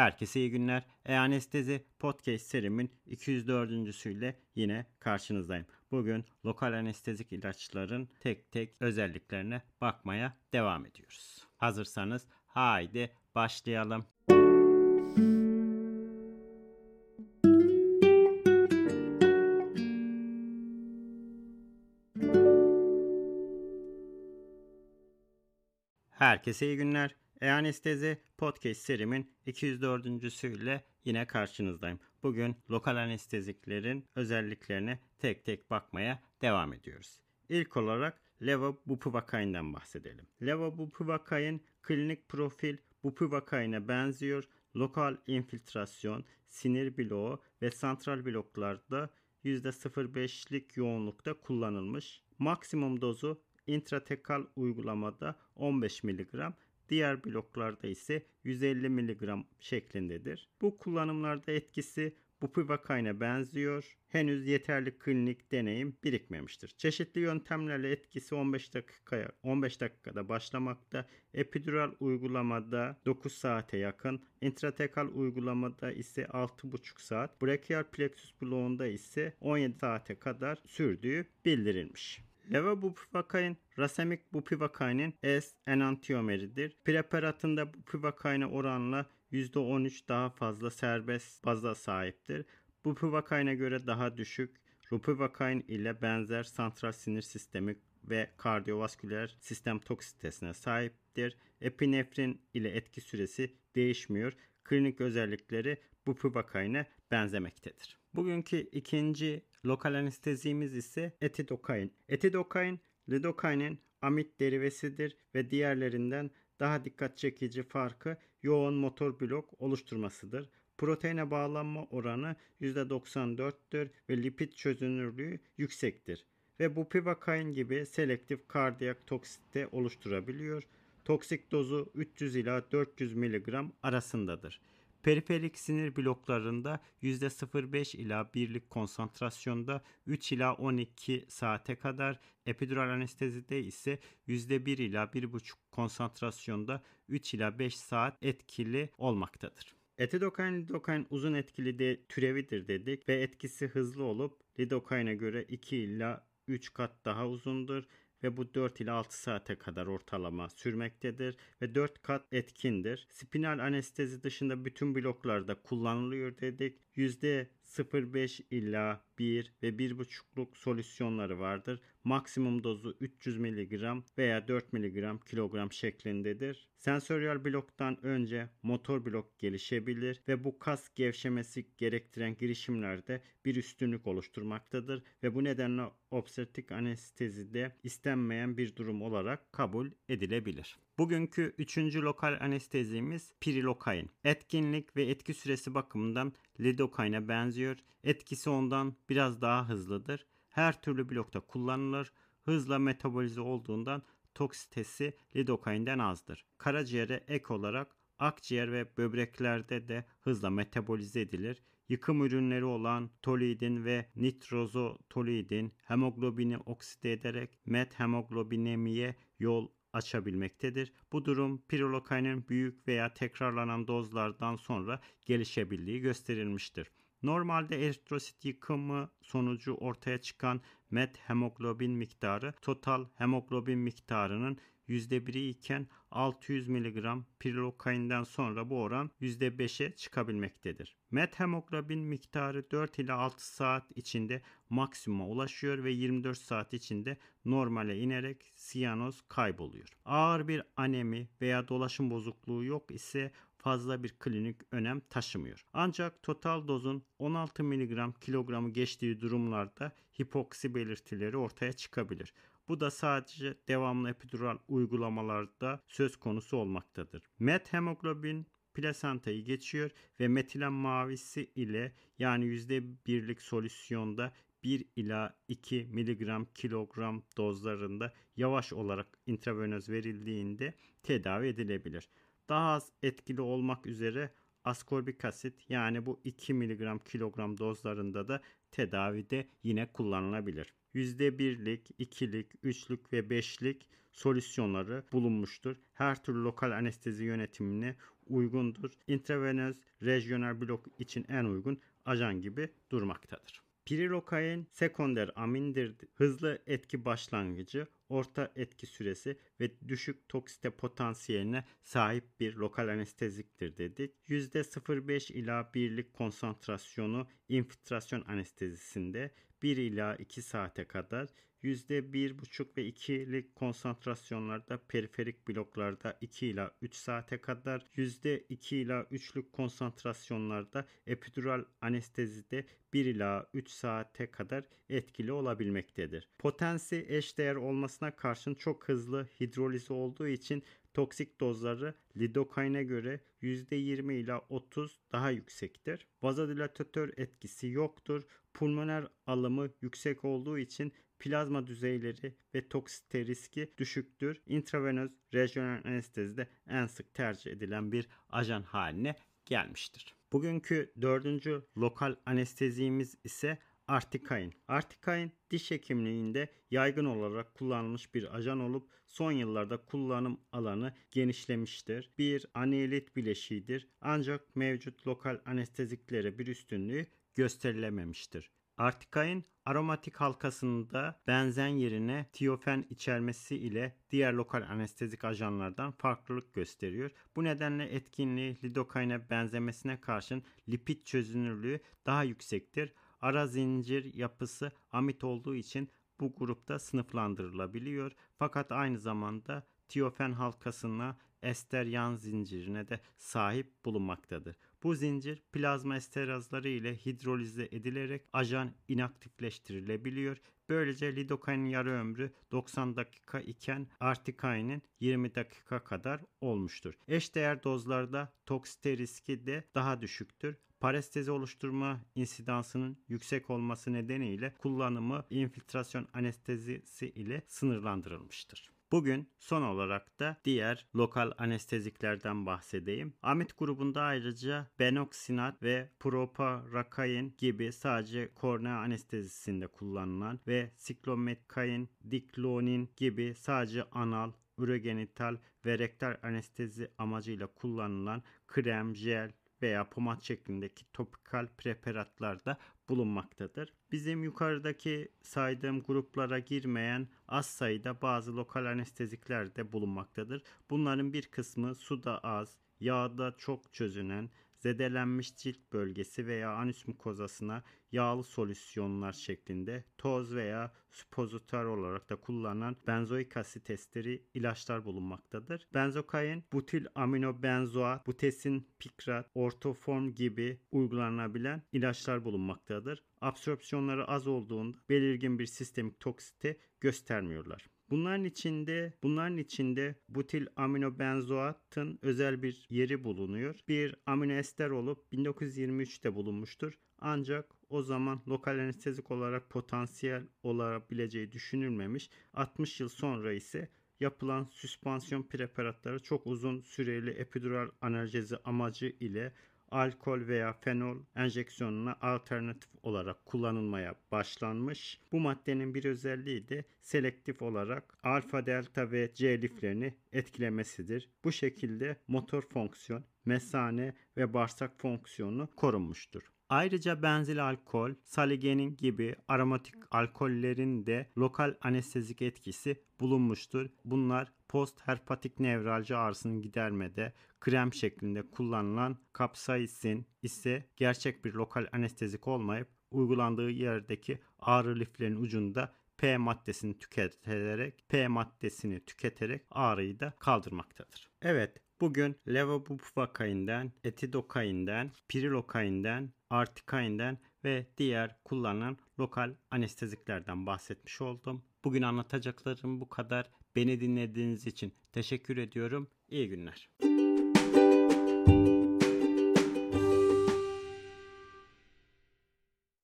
Herkese iyi günler. E-Anestezi Podcast serimin 204.süyle yine karşınızdayım. Bugün lokal anestezik ilaçların tek tek özelliklerine bakmaya devam ediyoruz. Hazırsanız haydi başlayalım. Herkese iyi günler. E-Anestezi Podcast serimin 204.süyle yine karşınızdayım. Bugün lokal anesteziklerin özelliklerine tek tek bakmaya devam ediyoruz. İlk olarak levobupivacain'den bahsedelim. Levobupivacain klinik profil bupivacain'e benziyor. Lokal infiltrasyon, sinir bloğu ve santral bloklarda %0,5'lik yoğunlukta kullanılmış. Maksimum dozu intratekal uygulamada 15 mg, diğer bloklarda ise 150 mg şeklindedir. Bu kullanımlarda etkisi bupivacain'e benziyor. Henüz yeterli klinik deneyim birikmemiştir. Çeşitli yöntemlerle etkisi 15 dakikada başlamakta. Epidural uygulamada 9 saate yakın, intratekal uygulamada ise 6,5 saat, brachial plexus bloğunda ise 17 saate kadar sürdüğü bildirilmiş. Levobupivacain, rasemik bupivacain'in S enantiyomeridir. Preparatında bupivacain'e oranla %13 daha fazla serbest baza sahiptir. Bupivacain'e göre daha düşük, ropivacain ile benzer santral sinir sistemi ve kardiyovasküler sistem toksitesine sahiptir. Epinefrin ile etki süresi değişmiyor. Klinik özellikleri bupivacain'e benzemektedir. Bugünkü ikinci lokal anestezimiz ise etidokain. Etidokain, lidokainin amid derivesidir ve diğerlerinden daha dikkat çekici farkı yoğun motor blok oluşturmasıdır. Proteine bağlanma oranı %94'tür ve lipid çözünürlüğü yüksektir. Ve bupivacain gibi selektif kardiyak toksite oluşturabiliyor. Toksik dozu 300 ila 400 mg arasındadır. Periferik sinir bloklarında %0,5 ila 1'lik konsantrasyonda 3 ila 12 saate kadar, epidural anestezide ise %1 ila 1,5 konsantrasyonda 3 ila 5 saat etkili olmaktadır. Etidokain lidokain uzun etkili de türevidir dedik ve etkisi hızlı olup lidokaine göre 2 ila 3 kat daha uzundur ve bu 4 ila 6 saate kadar ortalama sürmektedir ve 4 kat etkindir. Spinal anestezi dışında bütün bloklarda kullanılıyor dedik. %0,5 ila 1 ve 1,5'luk solüsyonları vardır. Maksimum dozu 300 mg veya 4 mg kilogram şeklindedir. Sensöriyel bloktan önce motor blok gelişebilir ve bu kas gevşemesi gerektiren girişimlerde bir üstünlük oluşturmaktadır ve bu nedenle obstetrik anestezide istenmeyen bir durum olarak kabul edilebilir. Bugünkü üçüncü lokal anestezimiz pirilokain. Etkinlik ve etki süresi bakımından lidokaine benziyor. Etkisi ondan biraz daha hızlıdır. Her türlü blokta kullanılır. Hızla metabolize olduğundan toksitesi lidokainden azdır. Karaciğere ek olarak akciğer ve böbreklerde de hızla metabolize edilir. Yıkım ürünleri olan toluidin ve nitrozotoluidin hemoglobini okside ederek methemoglobinemiye yol açabilmektedir. Bu durum pirilokainin büyük veya tekrarlanan dozlardan sonra gelişebildiği gösterilmiştir. Normalde eritrosit yıkımı sonucu ortaya çıkan methemoglobin miktarı total hemoglobin miktarının %1'i iken 600 mg pirilokainden sonra bu oran %5'e çıkabilmektedir. Methemoglobin miktarı 4 ila 6 saat içinde maksimuma ulaşıyor ve 24 saat içinde normale inerek siyanoz kayboluyor. Ağır bir anemi veya dolaşım bozukluğu yok ise fazla bir klinik önem taşımıyor. Ancak total dozun 16 mg kilogramı geçtiği durumlarda hipoksi belirtileri ortaya çıkabilir. Bu da sadece devamlı epidural uygulamalarda söz konusu olmaktadır. Methemoglobin plasentayı geçiyor ve metilen mavisi ile yani %1'lik solüsyonda 1 ila 2 mg kilogram dozlarında yavaş olarak intravenöz verildiğinde tedavi edilebilir. Daha az etkili olmak üzere askorbik asit yani bu 2 mg kilogram dozlarında da tedavide yine kullanılabilir. %1'lik, 2'lik, 3'lük ve 5'lik solüsyonları bulunmuştur. Her türlü lokal anestezi yönetimini uygundur. Intravenöz rejyonel blok için en uygun ajan gibi durmaktadır. Prilokain sekonder amindir. Hızlı etki başlangıcı, orta etki süresi ve düşük toksite potansiyeline sahip bir lokal anesteziktir dedik. %0,5 ila 1'lik konsantrasyonu infiltrasyon anestezisinde 1 ila 2 saate kadar, %1,5 ve 2'lik konsantrasyonlarda periferik bloklarda 2 ila 3 saate kadar, %2 ila 3'lük konsantrasyonlarda epidural anestezide 1 ila 3 saate kadar etkili olabilmektedir. Potensi eşdeğer olmasına karşın çok hızlı hidrolize olduğu için toksik dozları lidokaine göre %20 ila 30 daha yüksektir. Vazodilatör etkisi yoktur. Pulmoner alımı yüksek olduğu için plazma düzeyleri ve toksite riski düşüktür. Intravenöz rejyonel anestezide en sık tercih edilen bir ajan haline gelmiştir. Bugünkü 4. lokal anestezimiz ise Artikain. Artikain diş hekimliğinde yaygın olarak kullanılmış bir ajan olup son yıllarda kullanım alanı genişlemiştir. Bir anilit bileşiğidir ancak mevcut lokal anesteziklere bir üstünlüğü gösterilememiştir. Artikain aromatik halkasında benzen yerine tiyofen içermesi ile diğer lokal anestezik ajanlardan farklılık gösteriyor. Bu nedenle etkinliği lidokaine benzemesine karşın lipid çözünürlüğü daha yüksektir. Ara zincir yapısı amid olduğu için bu grupta sınıflandırılabiliyor. Fakat aynı zamanda tiyofen halkasına ester yan zincirine de sahip bulunmaktadır. Bu zincir plazma esterazları ile hidrolize edilerek ajan inaktifleştirilebiliyor. Böylece lidokainin yarı ömrü 90 dakika iken artikainin 20 dakika kadar olmuştur. Eşdeğer dozlarda toksite riski de daha düşüktür. Parestezi oluşturma insidansının yüksek olması nedeniyle kullanımı infiltrasyon anestezisi ile sınırlandırılmıştır. Bugün son olarak da diğer lokal anesteziklerden bahsedeyim. Amid grubunda ayrıca benoksinat ve proparacain gibi sadece kornea anestezisinde kullanılan ve siklometkain, diklonin gibi sadece anal, urogenital ve rektal anestezi amacıyla kullanılan krem, jel veya pomat şeklindeki topikal preparatlar da bulunmaktadır. Bizim yukarıdaki saydığım gruplara girmeyen az sayıda bazı lokal anestezikler de bulunmaktadır. Bunların bir kısmı suda az, yağda çok çözünen, zedelenmiş cilt bölgesi veya anüs mukozasına yağlı solüsyonlar şeklinde toz veya supozitör olarak da kullanılan benzoik asit esteri ilaçlar bulunmaktadır. Benzokain, butil aminobenzoat, butesin pikrat, ortoform gibi uygulanabilen ilaçlar bulunmaktadır. Absorpsiyonları az olduğunda belirgin bir sistemik toksite göstermiyorlar. Bunların içinde butil aminobenzoatın özel bir yeri bulunuyor. Bir aminoester olup 1923'te bulunmuştur. Ancak o zaman lokal anestezik olarak potansiyel olabileceği düşünülmemiş. 60 yıl sonra ise yapılan süspansiyon preparatları çok uzun süreli epidural analjezi amacı ile alkol veya fenol enjeksiyonuna alternatif olarak kullanılmaya başlanmış. Bu maddenin bir özelliği de selektif olarak alfa, delta ve C liflerini etkilemesidir. Bu şekilde motor fonksiyon, mesane ve bağırsak fonksiyonu korunmuştur. Ayrıca benzil alkol, saligenin gibi aromatik alkollerin de lokal anestezik etkisi bulunmuştur. Bunlar postherpatik nevralji ağrısını gidermede krem şeklinde kullanılan kapsaisin ise gerçek bir lokal anestezik olmayıp uygulandığı yerdeki ağrı liflerin ucunda P maddesini tüketerek ağrıyı da kaldırmaktadır. Evet, bugün levobufakain'den, etidokain'den, prilokain'den, artikain'den ve diğer kullanılan lokal anesteziklerden bahsetmiş oldum. Bugün anlatacaklarım bu kadar. Beni dinlediğiniz için teşekkür ediyorum. İyi günler.